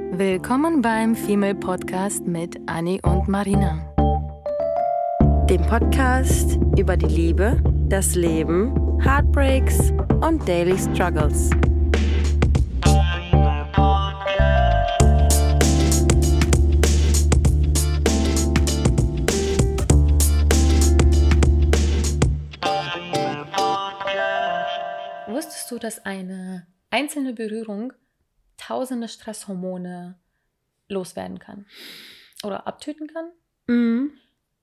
Willkommen beim Female Podcast mit Anni und Marina. Dem Podcast über die Liebe, das Leben, Heartbreaks und Daily Struggles. Wusstest du, dass eine einzelne Berührung tausende Stresshormone loswerden kann oder abtöten kann? Mhm.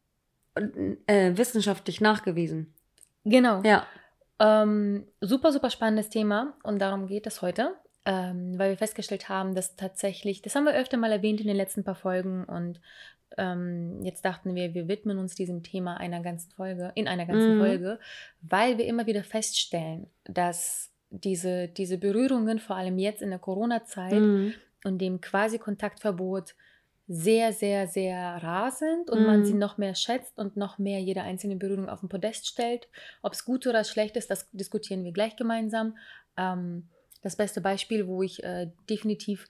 Wissenschaftlich nachgewiesen. Genau. Ja. Super, super spannendes Thema und darum geht es heute, weil wir festgestellt haben, dass tatsächlich, das haben wir öfter mal erwähnt in den letzten paar Folgen und jetzt dachten wir widmen uns diesem Thema in einer ganzen Folge, weil wir immer wieder feststellen, dass diese Berührungen, vor allem jetzt in der Corona-Zeit und dem quasi Kontaktverbot, sehr, sehr, sehr rar sind und man sie noch mehr schätzt und noch mehr jede einzelne Berührung auf den Podest stellt. Ob es gut oder schlecht ist, das diskutieren wir gleich gemeinsam. Das beste Beispiel, wo ich definitiv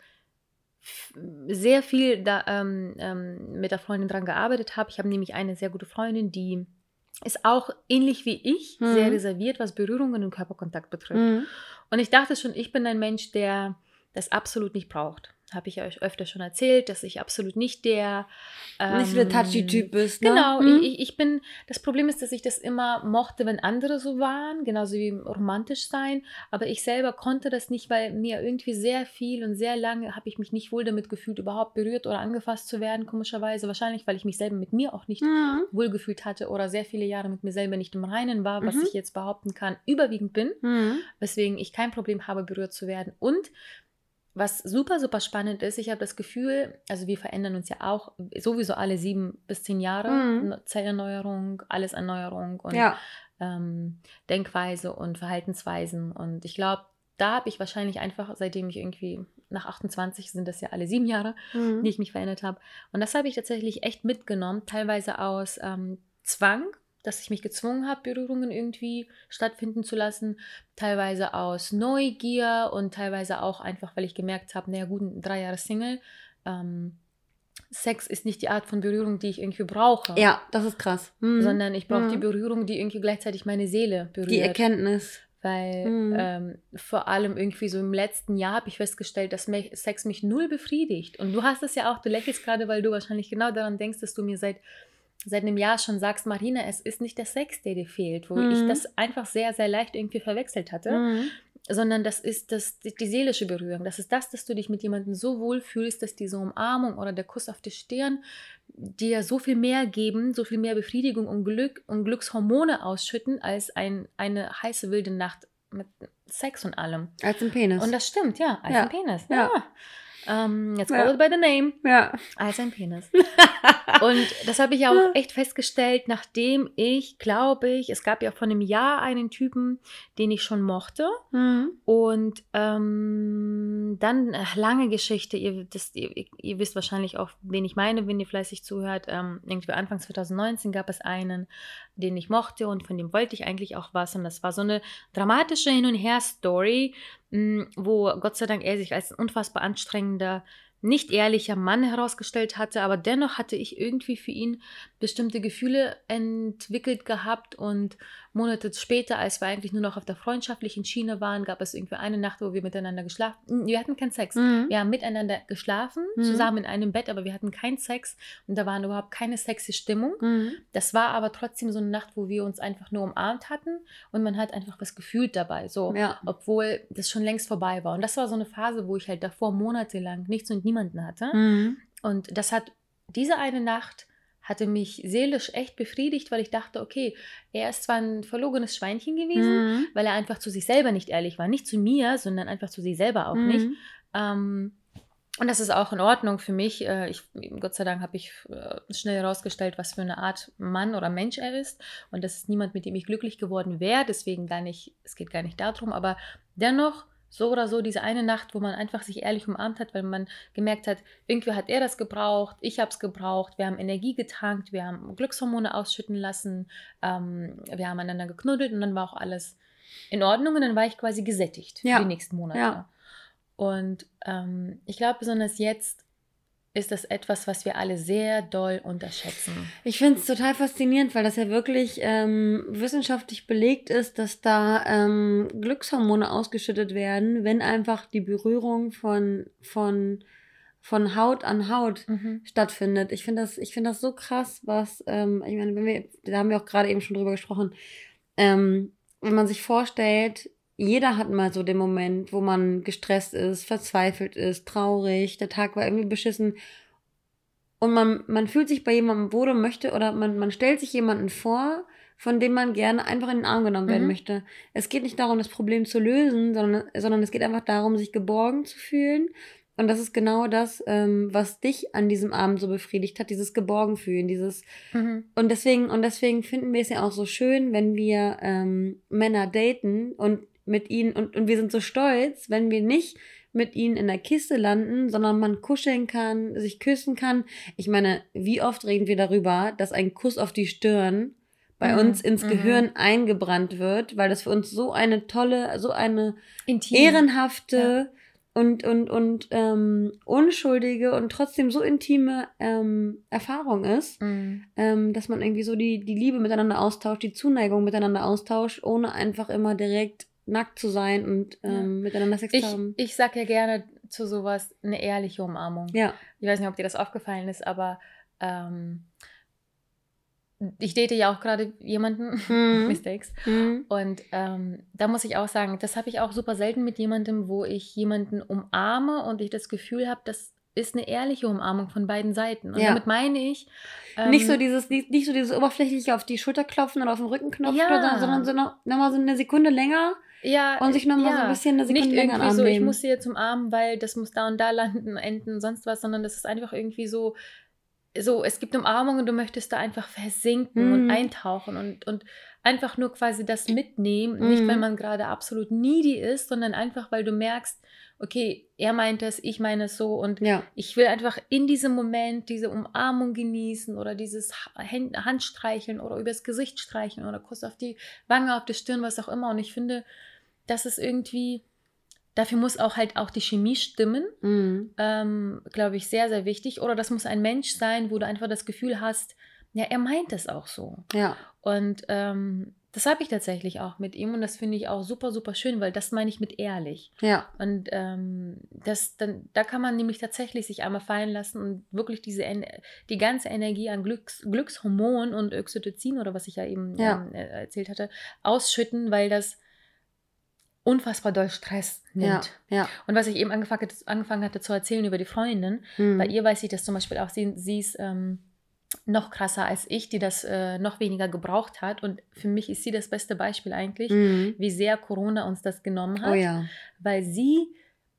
sehr viel mit der Freundin dran gearbeitet habe. Ich habe nämlich eine sehr gute Freundin, die ist auch ähnlich wie ich, sehr reserviert, was Berührungen und Körperkontakt betrifft. Und ich dachte schon, ich bin ein Mensch, der das absolut nicht braucht. Habe ich euch öfter schon erzählt, dass ich absolut nicht der nicht so der Touchy-Typ bist, ne? Genau, ich bin, das Problem ist, dass ich das immer mochte, wenn andere so waren, genauso wie romantisch sein, aber ich selber konnte das nicht, weil mir irgendwie sehr viel und sehr lange habe ich mich nicht wohl damit gefühlt, überhaupt berührt oder angefasst zu werden, komischerweise, wahrscheinlich, weil ich mich selber mit mir auch nicht wohl gefühlt hatte oder sehr viele Jahre mit mir selber nicht im Reinen war, was ich jetzt behaupten kann, überwiegend bin, weswegen ich kein Problem habe, berührt zu werden. Und was super, super spannend ist, ich habe das Gefühl, also wir verändern uns ja auch sowieso alle 7 bis 10 Jahre, Zellerneuerung, alles Erneuerung und Denkweise und Verhaltensweisen. Und ich glaube, da habe ich wahrscheinlich einfach, seitdem ich irgendwie nach 28 sind das ja alle 7 Jahre, die ich mich verändert habe. Und das habe ich tatsächlich echt mitgenommen, teilweise aus Zwang, dass ich mich gezwungen habe, Berührungen irgendwie stattfinden zu lassen, teilweise aus Neugier und teilweise auch einfach, weil ich gemerkt habe, naja gut, 3 Jahre Single, Sex ist nicht die Art von Berührung, die ich irgendwie brauche. Ja, das ist krass. Sondern ich brauche die Berührung, die irgendwie gleichzeitig meine Seele berührt. Die Erkenntnis. Weil vor allem irgendwie so im letzten Jahr habe ich festgestellt, dass Sex mich null befriedigt. Und du hast es ja auch, du lächelst gerade, weil du wahrscheinlich genau daran denkst, dass du mir seit einem Jahr schon sagst, Marina, es ist nicht der Sex, der dir fehlt, wo ich das einfach sehr, sehr leicht irgendwie verwechselt hatte, sondern das ist die seelische Berührung. Das ist das, dass du dich mit jemandem so wohl fühlst, dass diese Umarmung oder der Kuss auf die Stirn dir so viel mehr geben, so viel mehr Befriedigung und Glück und Glückshormone ausschütten, als eine heiße, wilde Nacht mit Sex und allem. Als ein Penis. Und das stimmt, ja, als ein Penis. Ja. Jetzt call it by the name. Ja. Als ein Penis. Und das habe ich auch echt festgestellt, nachdem es gab ja vor einem Jahr einen Typen, den ich schon mochte. Und dann, lange Geschichte, ihr wisst wahrscheinlich auch, wen ich meine, wenn ihr fleißig zuhört. Irgendwie Anfang 2019 gab es einen, den ich mochte und von dem wollte ich eigentlich auch was. Und das war so eine dramatische Hin- und Her-Story, wo Gott sei Dank er sich als ein unfassbar anstrengender, nicht ehrlicher Mann herausgestellt hatte, aber dennoch hatte ich irgendwie für ihn bestimmte Gefühle entwickelt gehabt und Monate später, als wir eigentlich nur noch auf der freundschaftlichen Schiene waren, gab es irgendwie eine Nacht, wo wir miteinander geschlafen haben. Wir hatten keinen Sex. Wir haben miteinander geschlafen, zusammen in einem Bett, aber wir hatten keinen Sex und da war überhaupt keine sexy Stimmung. Das war aber trotzdem so eine Nacht, wo wir uns einfach nur umarmt hatten und man hat einfach was gefühlt dabei, so, obwohl das schon längst vorbei war. Und das war so eine Phase, wo ich halt davor monatelang nichts und niemanden hatte. Und diese eine Nacht hatte mich seelisch echt befriedigt, weil ich dachte, okay, er ist zwar ein verlogenes Schweinchen gewesen, weil er einfach zu sich selber nicht ehrlich war. Nicht zu mir, sondern einfach zu sich selber auch nicht. Und das ist auch in Ordnung für mich. Gott sei Dank habe ich schnell herausgestellt, was für eine Art Mann oder Mensch er ist. Und das ist niemand, mit dem ich glücklich geworden wäre. Deswegen es geht gar nicht darum. Aber dennoch, so oder so, diese eine Nacht, wo man einfach sich ehrlich umarmt hat, weil man gemerkt hat, irgendwie hat er das gebraucht, ich habe es gebraucht, wir haben Energie getankt, wir haben Glückshormone ausschütten lassen, wir haben einander geknuddelt und dann war auch alles in Ordnung und dann war ich quasi gesättigt für die nächsten Monate. Ja. Und ich glaube, besonders jetzt ist das etwas, was wir alle sehr doll unterschätzen. Ich finde es total faszinierend, weil das ja wirklich wissenschaftlich belegt ist, dass da Glückshormone ausgeschüttet werden, wenn einfach die Berührung von Haut an Haut stattfindet. Ich finde das so krass, was, ich meine, da haben wir auch gerade eben schon drüber gesprochen, wenn man sich vorstellt, jeder hat mal so den Moment, wo man gestresst ist, verzweifelt ist, traurig, der Tag war irgendwie beschissen und man fühlt sich bei jemandem wohl und möchte oder man stellt sich jemanden vor, von dem man gerne einfach in den Arm genommen werden möchte. Es geht nicht darum, das Problem zu lösen, sondern es geht einfach darum, sich geborgen zu fühlen. Und das ist genau das, was dich an diesem Abend so befriedigt hat, dieses Geborgenfühlen, dieses und deswegen finden wir es ja auch so schön, wenn wir Männer daten und mit ihnen und wir sind so stolz, wenn wir nicht mit ihnen in der Kiste landen, sondern man kuscheln kann, sich küssen kann. Ich meine, wie oft reden wir darüber, dass ein Kuss auf die Stirn bei uns ins Gehirn eingebrannt wird, weil das für uns so eine tolle, so eine ehrenhafte und unschuldige und trotzdem so intime Erfahrung ist, dass man irgendwie so die Liebe miteinander austauscht, die Zuneigung miteinander austauscht, ohne einfach immer direkt nackt zu sein und miteinander Sex zu haben. Ich sag ja gerne zu sowas eine ehrliche Umarmung. Ja. Ich weiß nicht, ob dir das aufgefallen ist, aber ich date ja auch gerade jemanden, Mistakes. Und da muss ich auch sagen, das habe ich auch super selten mit jemandem, wo ich jemanden umarme und ich das Gefühl habe, das ist eine ehrliche Umarmung von beiden Seiten. Und damit meine ich... nicht so dieses oberflächliche auf die Schulter klopfen oder auf den Rücken klopfen, sondern so nochmal so eine Sekunde länger und sich nochmal so ein bisschen eine Sekunde länger annehmen. Nicht irgendwie so, ich muss sie jetzt umarmen, weil das muss da und da landen, enden, sonst was, sondern das ist einfach irgendwie so, es gibt Umarmungen und du möchtest da einfach versinken und eintauchen und einfach nur quasi das mitnehmen. Nicht, weil man gerade absolut needy ist, sondern einfach, weil du merkst, okay, er meint es, ich meine es so und ich will einfach in diesem Moment diese Umarmung genießen oder dieses Handstreicheln oder übers Gesicht streicheln oder Kuss auf die Wange, auf die Stirn, was auch immer. Und ich finde, das ist irgendwie... Dafür muss auch die Chemie stimmen, glaube ich, sehr, sehr wichtig. Oder das muss ein Mensch sein, wo du einfach das Gefühl hast, ja, er meint es auch so. Ja. Und das habe ich tatsächlich auch mit ihm und das finde ich auch super, super schön, weil das meine ich mit ehrlich. Ja. Und da kann man nämlich tatsächlich sich einmal fallen lassen und wirklich die ganze Energie an Glückshormon und Oxytocin oder was ich ja eben erzählt hatte, ausschütten, weil das unfassbar doll Stress nimmt. Ja. Und was ich eben angefangen hatte zu erzählen über die Freundin, bei ihr weiß ich das zum Beispiel auch, sie ist noch krasser als ich, die das noch weniger gebraucht hat. Und für mich ist sie das beste Beispiel eigentlich, wie sehr Corona uns das genommen hat. Oh ja. Weil sie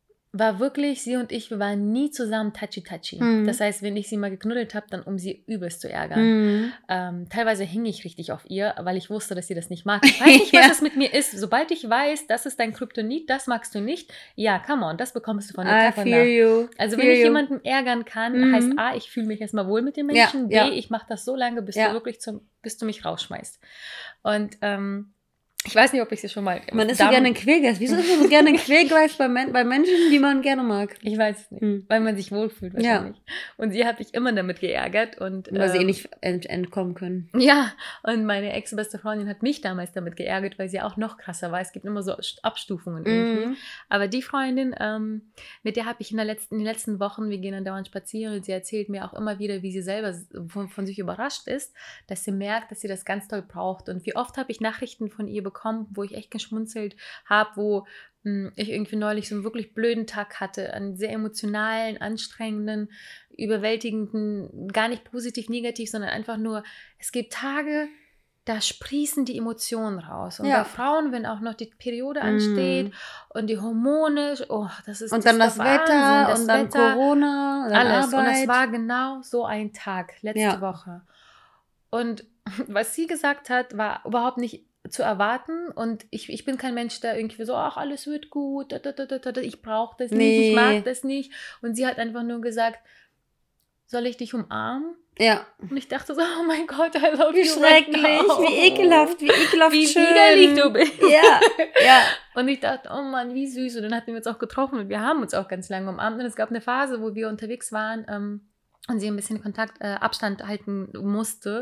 und ich, wir waren nie zusammen touchy. Das heißt, wenn ich sie mal geknuddelt habe, dann um sie übelst zu ärgern. Teilweise hing ich richtig auf ihr, weil ich wusste, dass sie das nicht mag. Ich weiß nicht, was es mit mir ist. Sobald ich weiß, das ist dein Kryptonit, das magst du nicht, ja, come on, das bekommst du von der Tag und Nacht. Also wenn ich jemanden ärgern kann, heißt A, ich fühle mich erstmal wohl mit dem Menschen, B, ich mache das so lange, bis du mich rausschmeißt. Und ich weiß nicht, ob ich sie schon mal... Man ist so gerne ein Quälgeist. Wieso ist man so gerne ein Quälgeist bei Menschen, die man gerne mag? Ich weiß es nicht, weil man sich wohlfühlt wahrscheinlich. Ja. Und sie hat mich immer damit geärgert. Weil sie nicht entkommen können. Ja, und meine ex-beste Freundin hat mich damals damit geärgert, weil sie auch noch krasser war. Es gibt immer so Abstufungen irgendwie. Aber die Freundin, mit der habe ich in den letzten Wochen, wir gehen dann dauernd spazieren und sie erzählt mir auch immer wieder, wie sie selber von sich überrascht ist, dass sie merkt, dass sie das ganz toll braucht. Und wie oft habe ich Nachrichten von ihr bekommen, wo ich echt geschmunzelt habe, wo ich irgendwie neulich so einen wirklich blöden Tag hatte, einen sehr emotionalen, anstrengenden, überwältigenden, gar nicht positiv, negativ, sondern einfach nur, es gibt Tage, da sprießen die Emotionen raus. Und bei Frauen, wenn auch noch die Periode ansteht und die Hormone, das ist und dann das Wetter und dann Corona, und dann alles. Arbeit. Und es war genau so ein Tag, letzte Woche. Und was sie gesagt hat, war überhaupt nicht zu erwarten und ich bin kein Mensch, der irgendwie so, ach, alles wird gut, ich brauche das nicht, ich mag das nicht. Und sie hat einfach nur gesagt, soll ich dich umarmen? Ja. Und ich dachte so, oh mein Gott, I love wie you schrecklich, right now. wie ekelhaft wie schön. widerlich du bist. Ja. Und ich dachte, oh Mann, wie süß. Und dann hatten wir uns auch getroffen und wir haben uns auch ganz lange umarmt. Und es gab eine Phase, wo wir unterwegs waren, und sie ein bisschen Abstand halten musste,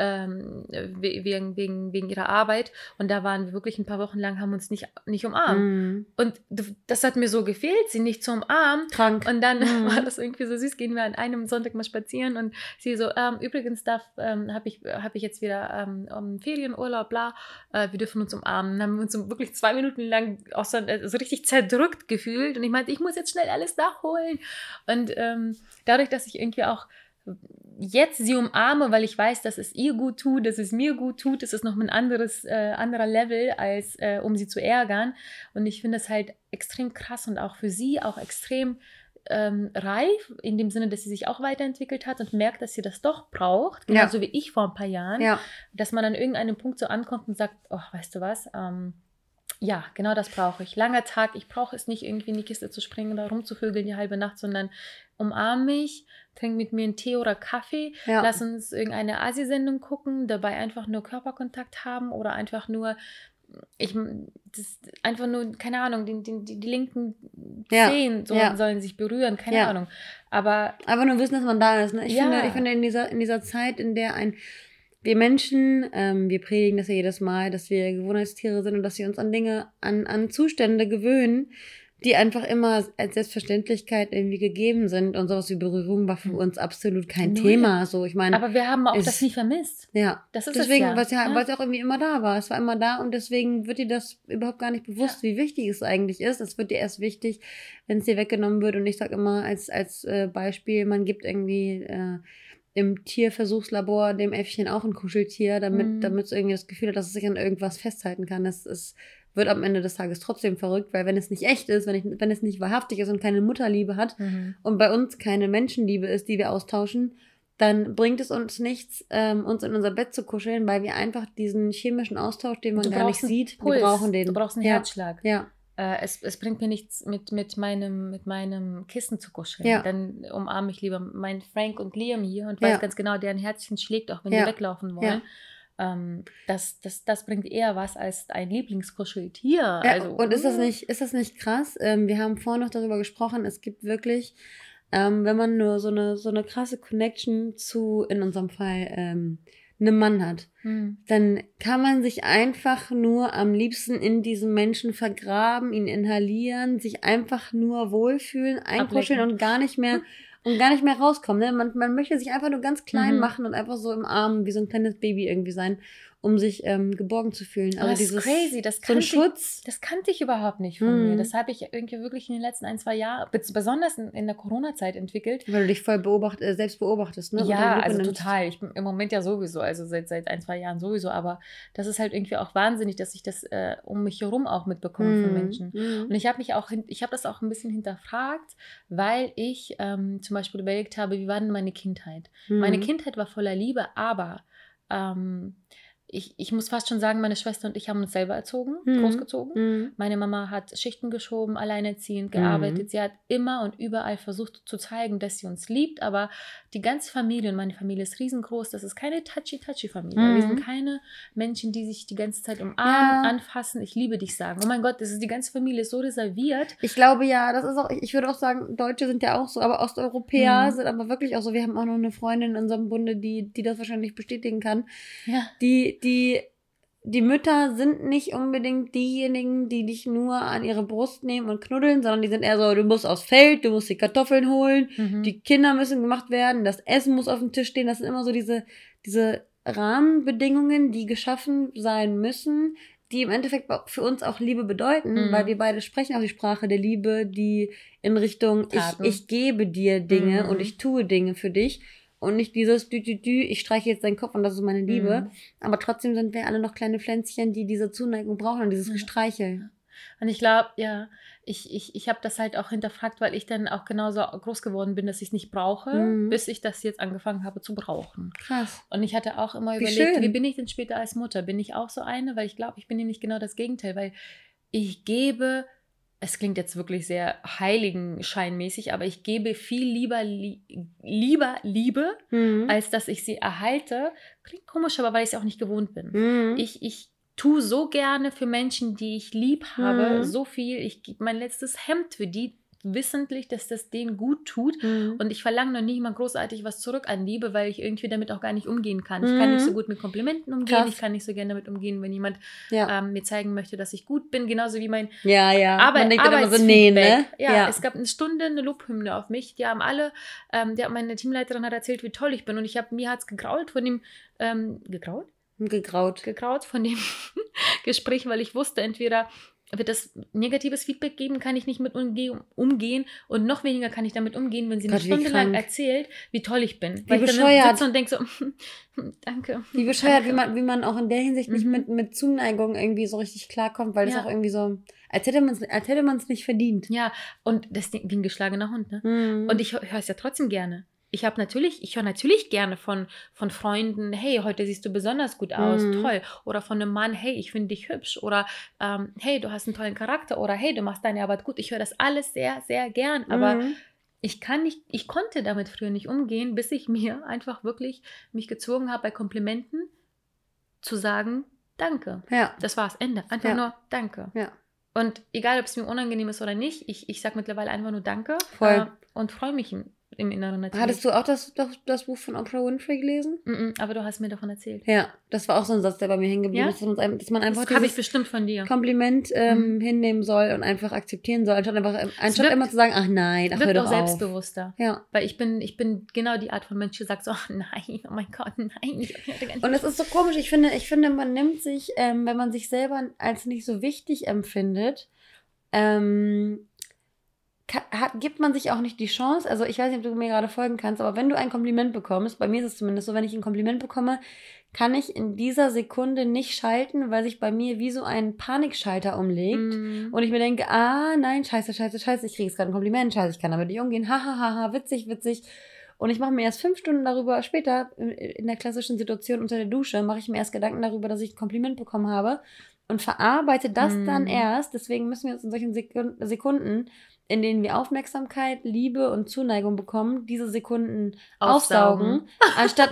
wegen ihrer Arbeit. Und da waren wir wirklich ein paar Wochen lang, haben uns nicht umarmt. Und das hat mir so gefehlt, sie nicht zu umarmen. Krank. Und dann war das irgendwie so süß, gehen wir an einem Sonntag mal spazieren und sie so, übrigens habe ich jetzt wieder Ferienurlaub, bla, wir dürfen uns umarmen. Dann haben wir uns so wirklich 2 Minuten lang auch so richtig zerdrückt gefühlt. Und ich meinte, ich muss jetzt schnell alles nachholen. Und dadurch, dass ich irgendwie auch jetzt sie umarme, weil ich weiß, dass es ihr gut tut, dass es mir gut tut, ist es noch ein anderer Level, als um sie zu ärgern. Und ich finde es halt extrem krass und auch für sie auch extrem reif, in dem Sinne, dass sie sich auch weiterentwickelt hat und merkt, dass sie das doch braucht, genauso wie ich vor ein paar Jahren, dass man an irgendeinem Punkt so ankommt und sagt, oh, weißt du was, ja, genau das brauche ich. Langer Tag, ich brauche es nicht, irgendwie in die Kiste zu springen oder rumzuvögeln die halbe Nacht, sondern umarm mich, trink mit mir einen Tee oder Kaffee, lass uns irgendeine Asi-Sendung gucken, dabei einfach nur Körperkontakt haben oder einfach nur, keine Ahnung, die linken Zehen sollen sich berühren, keine Ahnung. Aber nur wissen, dass man da ist. Ne? Ich finde in dieser Zeit, in der wir Menschen, wir predigen das ja jedes Mal, dass wir Gewohnheitstiere sind und dass wir uns an Dinge, an Zustände gewöhnen, die einfach immer als Selbstverständlichkeit irgendwie gegeben sind. Und sowas wie Berührung war für uns absolut kein Thema. So, ich meine, aber wir haben auch das nie vermisst. Ja, das ist deswegen, weil es auch irgendwie immer da war. Es war immer da und deswegen wird dir das überhaupt gar nicht bewusst, wie wichtig es eigentlich ist. Es wird dir erst wichtig, wenn es dir weggenommen wird. Und ich sage immer als Beispiel, man gibt irgendwie im Tierversuchslabor dem Äffchen auch ein Kuscheltier, damit es irgendwie das Gefühl hat, dass es sich an irgendwas festhalten kann. Es wird am Ende des Tages trotzdem verrückt, weil wenn es nicht echt ist, wenn es nicht wahrhaftig ist und keine Mutterliebe hat und bei uns keine Menschenliebe ist, die wir austauschen, dann bringt es uns nichts, uns in unser Bett zu kuscheln, weil wir einfach diesen chemischen Austausch, den man gar nicht sieht, wir brauchen den. Du brauchst einen Herzschlag. Ja. Es bringt mir nichts, mit meinem Kissen zu kuscheln. Dann umarme ich lieber meinen Frank und Liam hier und weiß ganz genau, deren Herzchen schlägt, auch wenn die weglaufen wollen. Das bringt eher was als ein Lieblingskuscheltier. Also, und ist das nicht krass? Wir haben vorhin noch darüber gesprochen, es gibt wirklich, wenn man nur so eine krasse Connection zu, in unserem Fall, einem Mann hat, dann kann man sich einfach nur am liebsten in diesem Menschen vergraben, ihn inhalieren, sich einfach nur wohlfühlen, einkuscheln und gar nicht mehr rauskommen. Ne? Man möchte sich einfach nur ganz klein machen und einfach so im Arm wie so ein kleines Baby irgendwie sein, um sich geborgen zu fühlen. Also das ist crazy. Das kannte ich überhaupt nicht von mir. Das habe ich irgendwie wirklich in den letzten 1-2 Jahren, besonders in der Corona-Zeit entwickelt. Weil du dich voll selbst beobachtest, ne? Ja, also total. Ich bin im Moment ja sowieso, also seit 1-2 Jahren sowieso, aber das ist halt irgendwie auch wahnsinnig, dass ich das um mich herum auch mitbekomme von Menschen. Und ich habe das auch ein bisschen hinterfragt, weil ich zum Beispiel überlegt habe, wie war denn meine Kindheit? Meine Kindheit war voller Liebe, aber ich muss fast schon sagen, meine Schwester und ich haben uns selber erzogen, großgezogen. Meine Mama hat Schichten geschoben, alleinerziehend gearbeitet. Sie hat immer und überall versucht zu zeigen, dass sie uns liebt, aber die ganze Familie, und meine Familie ist riesengroß, das ist keine touchy-Familie. Wir sind keine Menschen, die sich die ganze Zeit umarmen, anfassen, ich liebe dich sagen. Oh mein Gott, die ganze Familie ist so reserviert. Ich glaube, ja, das ist auch, ich würde auch sagen, Deutsche sind ja auch so, aber Osteuropäer sind aber wirklich auch so. Wir haben auch noch eine Freundin in unserem Bunde, die das wahrscheinlich bestätigen kann. Ja. Die Mütter sind nicht unbedingt diejenigen, die dich nur an ihre Brust nehmen und knuddeln, sondern die sind eher so, du musst aufs Feld, du musst die Kartoffeln holen, die Kinder müssen gemacht werden, das Essen muss auf dem Tisch stehen. Das sind immer so diese Rahmenbedingungen, die geschaffen sein müssen, die im Endeffekt für uns auch Liebe bedeuten, weil wir beide sprechen auch die Sprache der Liebe, die in Richtung, ich gebe dir Dinge und ich tue Dinge für dich. Und nicht dieses ich streiche jetzt deinen Kopf und das ist meine Liebe. Aber trotzdem sind wir alle noch kleine Pflänzchen, die diese Zuneigung brauchen und dieses Gestreichel. Und ich glaube, ich habe das halt auch hinterfragt, weil ich dann auch genauso groß geworden bin, dass ich es nicht brauche, bis ich das jetzt angefangen habe zu brauchen. Krass. Und ich hatte auch immer überlegt, wie bin ich denn später als Mutter? Bin ich auch so eine? Weil ich glaube, ich bin nämlich genau das Gegenteil, weil ich gebe es klingt jetzt wirklich sehr heiligenscheinmäßig, aber ich gebe viel lieber Liebe, als dass ich sie erhalte. Klingt komisch, aber weil ich es auch nicht gewohnt bin. Ich tue so gerne für Menschen, die ich lieb habe, so viel. Ich gebe mein letztes Hemd für die, wissentlich, dass das denen gut tut. Und ich verlange noch nicht mal großartig was zurück an Liebe, weil ich irgendwie damit auch gar nicht umgehen kann. Ich kann nicht so gut mit Komplimenten umgehen. Krass. Ich kann nicht so gerne damit umgehen, wenn jemand mir zeigen möchte, dass ich gut bin. Genauso wie mein Man denkt immer so, nee, ne? Ja, es gab eine Stunde eine Lobhymne auf mich. Die haben alle, meine Teamleiterin hat erzählt, wie toll ich bin. Und mir hat es gegraut von dem, gegraut von dem Gespräch, weil ich wusste, entweder wird das negatives Feedback geben, kann ich nicht mit umgehen und noch weniger kann ich damit umgehen, wenn sie eine Stunde lang erzählt, wie toll ich bin. Weil ich dann sitze und denke so, danke. Wie bescheuert, danke. Wie man auch in der Hinsicht nicht mit Zuneigung irgendwie so richtig klarkommt, weil das auch irgendwie so, als hätte man es nicht verdient. Ja, und das Ding wie ein geschlagener Hund, ne? Und ich höre es ja trotzdem gerne. Ich höre natürlich gerne von Freunden, hey, heute siehst du besonders gut aus, toll. Oder von einem Mann, hey, ich finde dich hübsch. Oder hey, du hast einen tollen Charakter. Oder hey, du machst deine Arbeit gut. Ich höre das alles sehr, sehr gern. Aber ich konnte damit früher nicht umgehen, bis ich mir einfach wirklich mich gezwungen habe, bei Komplimenten zu sagen, danke. Ja. Das war's, Ende. Einfach nur danke. Ja. Und egal, ob es mir unangenehm ist oder nicht, ich sage mittlerweile einfach nur danke. Voll. Und freue mich im Inneren natürlich. Hattest du auch das Buch von Oprah Winfrey gelesen? Aber du hast mir davon erzählt. Ja, das war auch so ein Satz, der bei mir hängen geblieben ist, dass man einfach das habe ich bestimmt von dir. Kompliment hinnehmen soll und einfach akzeptieren soll, anstatt immer zu sagen, ach nein, ach hör doch auf. Selbstbewusster. Ja. Weil ich bin genau die Art von Mensch, die sagt so, ach nein, oh mein Gott, nein. Und es ist so komisch, ich finde, man nimmt sich, wenn man sich selber als nicht so wichtig empfindet, gibt man sich auch nicht die Chance, also ich weiß nicht, ob du mir gerade folgen kannst, aber wenn du ein Kompliment bekommst, bei mir ist es zumindest so, wenn ich ein Kompliment bekomme, kann ich in dieser Sekunde nicht schalten, weil sich bei mir wie so ein Panikschalter umlegt und ich mir denke, nein, scheiße, ich kriege jetzt gerade ein Kompliment, scheiße, ich kann damit nicht umgehen, hahaha, witzig und ich mache mir erst 5 Stunden darüber, später in der klassischen Situation unter der Dusche, mache ich mir erst Gedanken darüber, dass ich ein Kompliment bekommen habe und verarbeite das dann erst, deswegen müssen wir uns in solchen Sekunden, in denen wir Aufmerksamkeit, Liebe und Zuneigung bekommen, diese Sekunden aufsaugen, anstatt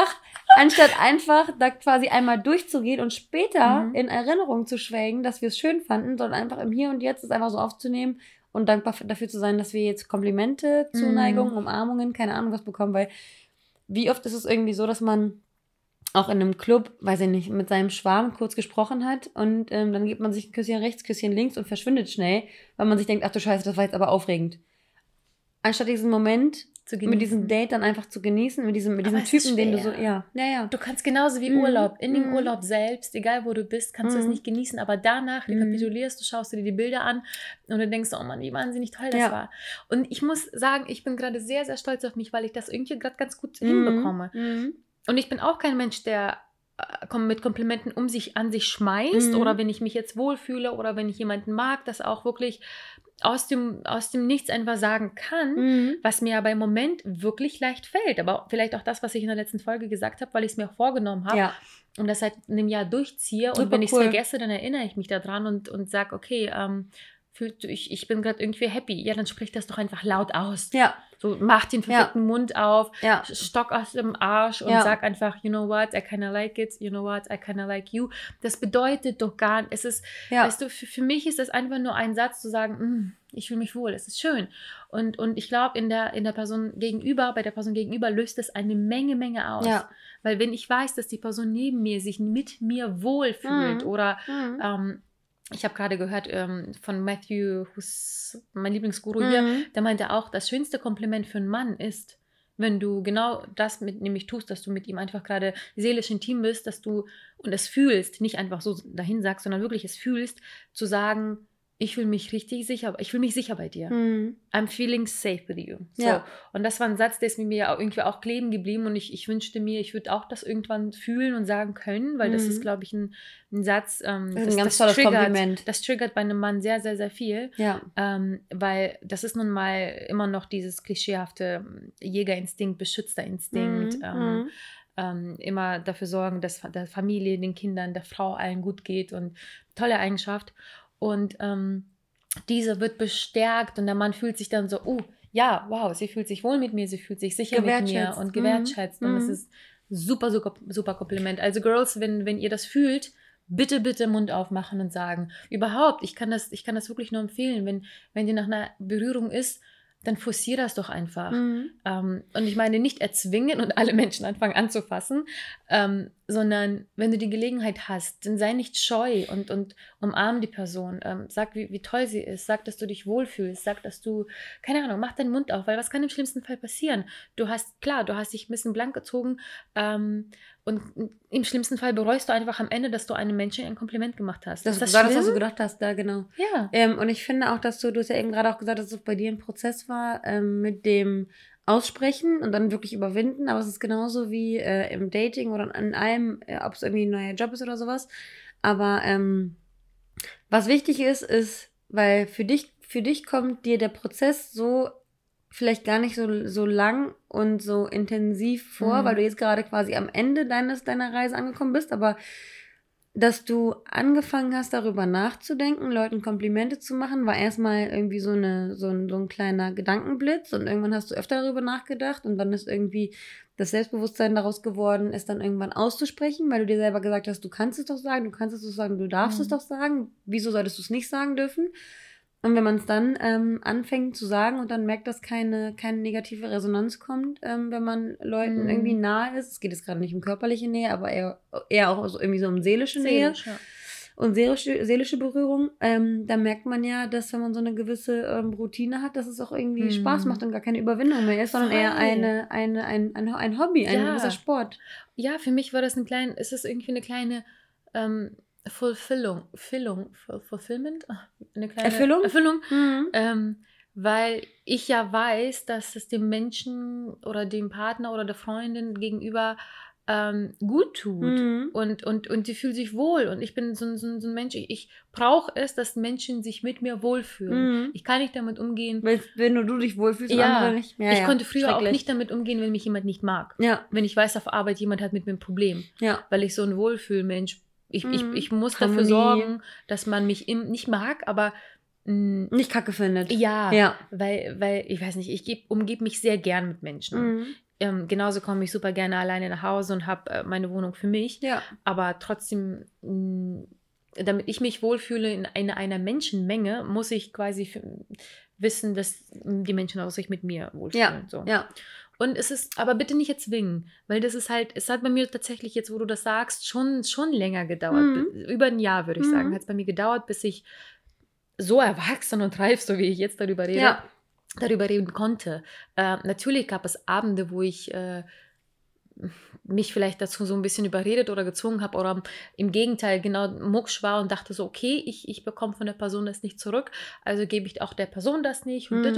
einfach da quasi einmal durchzugehen und später in Erinnerung zu schwelgen, dass wir es schön fanden, sondern einfach im Hier und Jetzt es einfach so aufzunehmen und dankbar dafür zu sein, dass wir jetzt Komplimente, Zuneigung, Umarmungen, keine Ahnung was bekommen, weil wie oft ist es irgendwie so, dass man auch in einem Club, weiß ich nicht, mit seinem Schwarm kurz gesprochen hat und dann gibt man sich ein Küsschen rechts, Küsschen links und verschwindet schnell, weil man sich denkt, ach du Scheiße, das war jetzt aber aufregend. Anstatt diesen Moment mit diesem Date dann einfach zu genießen, mit diesem Typen, den du so, ja. Du kannst genauso wie Urlaub, in dem Urlaub selbst, egal wo du bist, kannst du es nicht genießen, aber danach rekapitulierst du, schaust dir die Bilder an und du denkst, oh Mann, wie wahnsinnig toll das war. Und ich muss sagen, ich bin gerade sehr, sehr stolz auf mich, weil ich das irgendwie gerade ganz gut hinbekomme. Und ich bin auch kein Mensch, der mit Komplimenten an sich schmeißt oder wenn ich mich jetzt wohlfühle oder wenn ich jemanden mag, das auch wirklich aus dem Nichts einfach sagen kann, was mir aber im Moment wirklich leicht fällt. Aber vielleicht auch das, was ich in der letzten Folge gesagt habe, weil ich es mir auch vorgenommen habe und das seit einem Jahr durchziehe. Und wenn ich es vergesse, dann erinnere ich mich daran und sage, okay, ich bin gerade irgendwie happy. Ja, dann sprich das doch einfach laut aus. Ja. So, mach den verfickten Mund auf, Stock aus dem Arsch und sag einfach, you know what, I kinda like it, you know what, I kinda like you. Das bedeutet doch gar nicht, es ist, weißt du, für mich ist das einfach nur ein Satz zu sagen, ich fühle mich wohl, es ist schön. Und ich glaube, bei der Person gegenüber löst das eine Menge aus. Ja. Weil wenn ich weiß, dass die Person neben mir sich mit mir wohlfühlt oder ich habe gerade gehört von Matthew, mein Lieblingsguru hier, der meinte auch, das schönste Kompliment für einen Mann ist, wenn du genau das nämlich tust, dass du mit ihm einfach gerade seelisch intim bist, dass du und es fühlst, nicht einfach so dahin sagst, sondern wirklich es fühlst, zu sagen, ich fühle mich sicher bei dir. I'm feeling safe with you. So. Ja. Und das war ein Satz, der ist mir ja irgendwie auch kleben geblieben und ich wünschte mir, ich würde auch das irgendwann fühlen und sagen können, weil das ist, glaube ich, ein Satz, das ist ein ganz tolles Kompliment. Das triggert bei einem Mann sehr, sehr, sehr viel. Ja. Weil das ist nun mal immer noch dieses klischeehafte Jägerinstinkt, Beschützerinstinkt, immer dafür sorgen, dass der Familie, den Kindern, der Frau allen gut geht und tolle Eigenschaft. Und diese wird bestärkt und der Mann fühlt sich dann so, ja, wow, sie fühlt sich wohl mit mir, sie fühlt sich sicher mit mir und gewertschätzt. Und das ist super, super, super Kompliment. Also Girls, wenn ihr das fühlt, bitte, bitte Mund aufmachen und sagen. Überhaupt, ich kann das wirklich nur empfehlen, wenn dir nach einer Berührung ist, dann forcier das doch einfach. Und ich meine, nicht erzwingen und alle Menschen anfangen anzufassen, sondern wenn du die Gelegenheit hast, dann sei nicht scheu und umarm die Person. Sag, wie toll sie ist. Sag, dass du dich wohlfühlst. Sag, dass du, keine Ahnung, mach deinen Mund auf, weil was kann im schlimmsten Fall passieren? Du hast dich ein bisschen blank gezogen und im schlimmsten Fall bereust du einfach am Ende, dass du einem Menschen ein Kompliment gemacht hast. Das war das, was du gedacht hast, da genau. Ja. Und ich finde auch, dass du hast ja eben gerade auch gesagt, dass es bei dir ein Prozess war mit dem Aussprechen und dann wirklich überwinden, aber es ist genauso wie im Dating oder in allem, ob es irgendwie ein neuer Job ist oder sowas. Aber was wichtig ist, weil für dich kommt dir der Prozess so vielleicht gar nicht so lang und so intensiv vor, weil du jetzt gerade quasi am Ende deiner Reise angekommen bist, aber dass du angefangen hast, darüber nachzudenken, Leuten Komplimente zu machen, war erstmal irgendwie so ein kleiner Gedankenblitz und irgendwann hast du öfter darüber nachgedacht und dann ist irgendwie das Selbstbewusstsein daraus geworden, es dann irgendwann auszusprechen, weil du dir selber gesagt hast, du kannst es doch sagen, du darfst es doch sagen, wieso solltest du es nicht sagen dürfen? Und wenn man es dann anfängt zu sagen und dann merkt, dass keine negative Resonanz kommt, wenn man Leuten irgendwie nahe ist, es geht jetzt gerade nicht um körperliche Nähe, aber eher auch so irgendwie so um seelische Nähe und seelische Berührung, dann merkt man ja, dass wenn man so eine gewisse Routine hat, dass es auch irgendwie Spaß macht und gar keine Überwindung mehr ist, sondern eher ein Hobby, ein gewisser Sport. Ja, für mich war das es ist irgendwie eine kleine Fulfillment, eine kleine Erfüllung, weil ich ja weiß, dass es dem Menschen oder dem Partner oder der Freundin gegenüber gut tut und die fühlt sich wohl und ich bin so ein Mensch, ich brauche es, dass Menschen sich mit mir wohlfühlen. Ich kann nicht damit umgehen. Wenn nur du dich wohlfühlst und andere nicht. Ja, ich konnte früher auch nicht damit umgehen, wenn mich jemand nicht mag. Ja. Wenn ich weiß, auf Arbeit jemand hat mit mir ein Problem, weil ich so ein Wohlfühlmensch Ich muss dafür sorgen, dass man mich nicht mag, aber nicht kacke findet. Ja. Weil ich weiß nicht, ich umgebe mich sehr gern mit Menschen. Genauso komme ich super gerne alleine nach Hause und habe meine Wohnung für mich. Ja. Aber trotzdem, damit ich mich wohlfühle in einer Menschenmenge, muss ich quasi wissen, dass die Menschen auch sich mit mir wohlfühlen. Ja. Ja. Und es ist, aber bitte nicht erzwingen, weil das ist halt, es hat bei mir tatsächlich jetzt, wo du das sagst, schon länger gedauert. Über ein Jahr, würde ich sagen, hat es bei mir gedauert, bis ich so erwachsen und reif, so wie ich jetzt darüber rede, darüber reden konnte. Natürlich gab es Abende, wo ich mich vielleicht dazu so ein bisschen überredet oder gezwungen habe oder im Gegenteil genau mucksch war und dachte so, okay, ich bekomme von der Person das nicht zurück, also gebe ich auch der Person das nicht und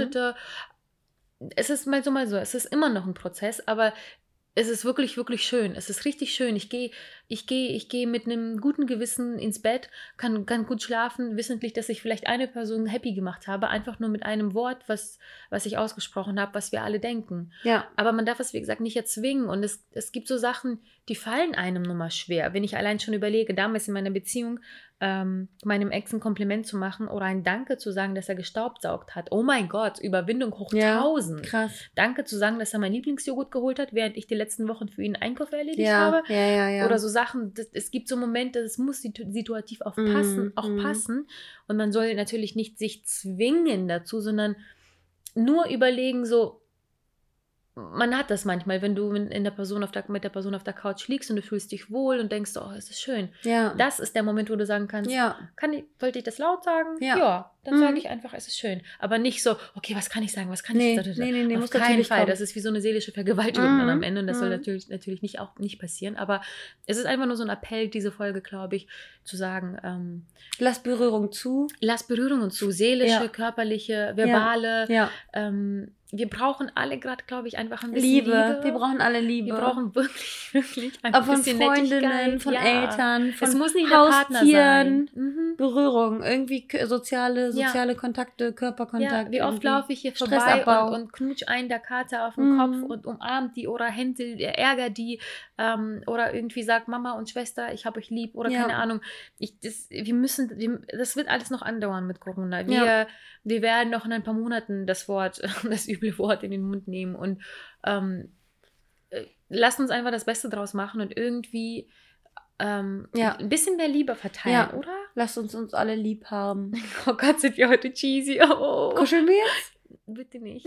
Es ist mal so, es ist immer noch ein Prozess, aber es ist wirklich, wirklich schön. Es ist richtig schön. Ich gehe mit einem guten Gewissen ins Bett, kann gut schlafen, wissentlich, dass ich vielleicht eine Person happy gemacht habe, einfach nur mit einem Wort, was ich ausgesprochen habe, was wir alle denken. Ja. Aber man darf es, wie gesagt, nicht erzwingen. Und es gibt so Sachen, die fallen einem nun mal schwer. Wenn ich allein schon überlege, damals in meiner Beziehung, meinem Ex ein Kompliment zu machen oder ein Danke zu sagen, dass er gestaubsaugt hat. Oh mein Gott, Überwindung hoch 1000. Krass. Danke zu sagen, dass er mein Lieblingsjoghurt geholt hat, während ich die letzten Wochen für ihn Einkäufe erledigt habe. Ja. Oder so Sachen, es gibt so Momente, das muss situativ auch passen. Und man soll natürlich nicht sich zwingen dazu, sondern nur überlegen, so, man hat das manchmal, wenn du mit der Person auf der Couch liegst und du fühlst dich wohl und denkst, oh, es ist schön. Ja. Das ist der Moment, wo du sagen kannst, wollte ich das laut sagen? Ja. Dann sage ich einfach, es ist schön. Aber nicht so, okay, was kann ich sagen, was kann ich sagen? Nee, auf keinen Fall. Das ist wie so eine seelische Vergewaltigung dann am Ende und das soll natürlich nicht passieren. Aber es ist einfach nur so ein Appell, diese Folge, glaube ich, zu sagen, lass Berührung zu. Lass Berührungen zu. Seelische, körperliche, verbale. Ja. Wir brauchen alle gerade, glaube ich, einfach ein bisschen Liebe. Wir brauchen alle Liebe. Wir brauchen wirklich, wirklich ein von bisschen Freundinnen, Nettigkeit. von Eltern, von es muss nicht der Partner sein. Berührung, irgendwie soziale Kontakte, soziale Kontakte, Körperkontakt. Ja, wie oft laufe ich hier vorbei und knutsch einen der Kater auf den Kopf und umarmt die oder händel, ärgert die oder irgendwie sagt Mama und Schwester, ich habe euch lieb oder keine Ahnung. Das wird alles noch andauern mit Corona. Wir werden noch in ein paar Monaten das üble Wort in den Mund nehmen und lasst uns einfach das Beste draus machen und irgendwie ein bisschen mehr Liebe verteilen, oder? Lasst uns alle lieb haben. Oh Gott, sind wir heute cheesy. Oh. Kuscheln wir jetzt? Bitte nicht.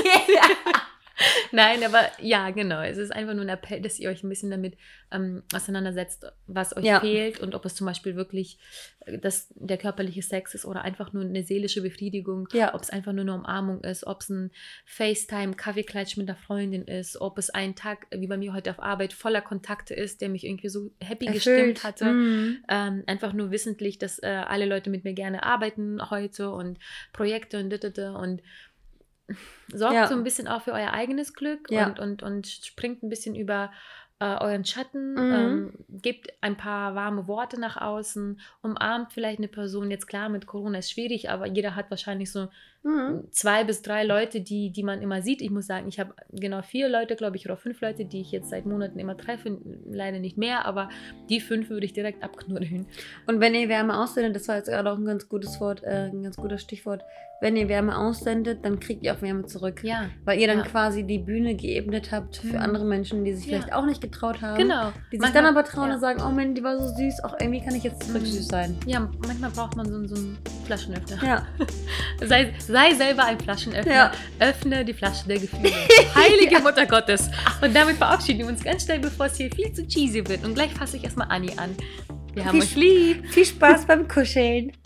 Nein, aber ja, genau. Es ist einfach nur ein Appell, dass ihr euch ein bisschen damit auseinandersetzt, was euch fehlt und ob es zum Beispiel wirklich der körperliche Sex ist oder einfach nur eine seelische Befriedigung, ob es einfach nur eine Umarmung ist, ob es ein FaceTime, Kaffeeklatsch mit einer Freundin ist, ob es ein Tag, wie bei mir heute auf Arbeit, voller Kontakte ist, der mich irgendwie so happy gestimmt hatte. Einfach nur wissentlich, dass alle Leute mit mir gerne arbeiten heute und Projekte und sorgt so ein bisschen auch für euer eigenes Glück und springt ein bisschen über euren Schatten, gebt ein paar warme Worte nach außen, umarmt vielleicht eine Person. Jetzt klar, mit Corona ist schwierig, aber jeder hat wahrscheinlich so 2 bis 3 Leute, die man immer sieht. Ich muss sagen, ich habe genau 4 Leute, glaube ich, oder 5 Leute, die ich jetzt seit Monaten immer treffe. Leider nicht mehr, aber die 5 würde ich direkt abknuddeln. Und wenn ihr Wärme aussendet, das war jetzt gerade auch ein ganz gutes Wort, ein ganz gutes Stichwort, wenn ihr Wärme aussendet, dann kriegt ihr auch Wärme zurück. Ja. Weil ihr dann quasi die Bühne geebnet habt für andere Menschen, die sich vielleicht auch nicht getraut haben. Genau. Die sich dann aber trauen und sagen, oh Mann, die war so süß, auch irgendwie kann ich jetzt zurück süß sein. Ja, manchmal braucht man so einen Flaschenöffner. Ja. Sei selber ein Flaschenöffner. Ja. Öffne die Flasche der Gefühle. Heilige Mutter Gottes. Und damit verabschieden wir uns ganz schnell, bevor es hier viel zu cheesy wird. Und gleich fasse ich erstmal Anni an. Wir haben euch lieb. Viel Spaß beim Kuscheln.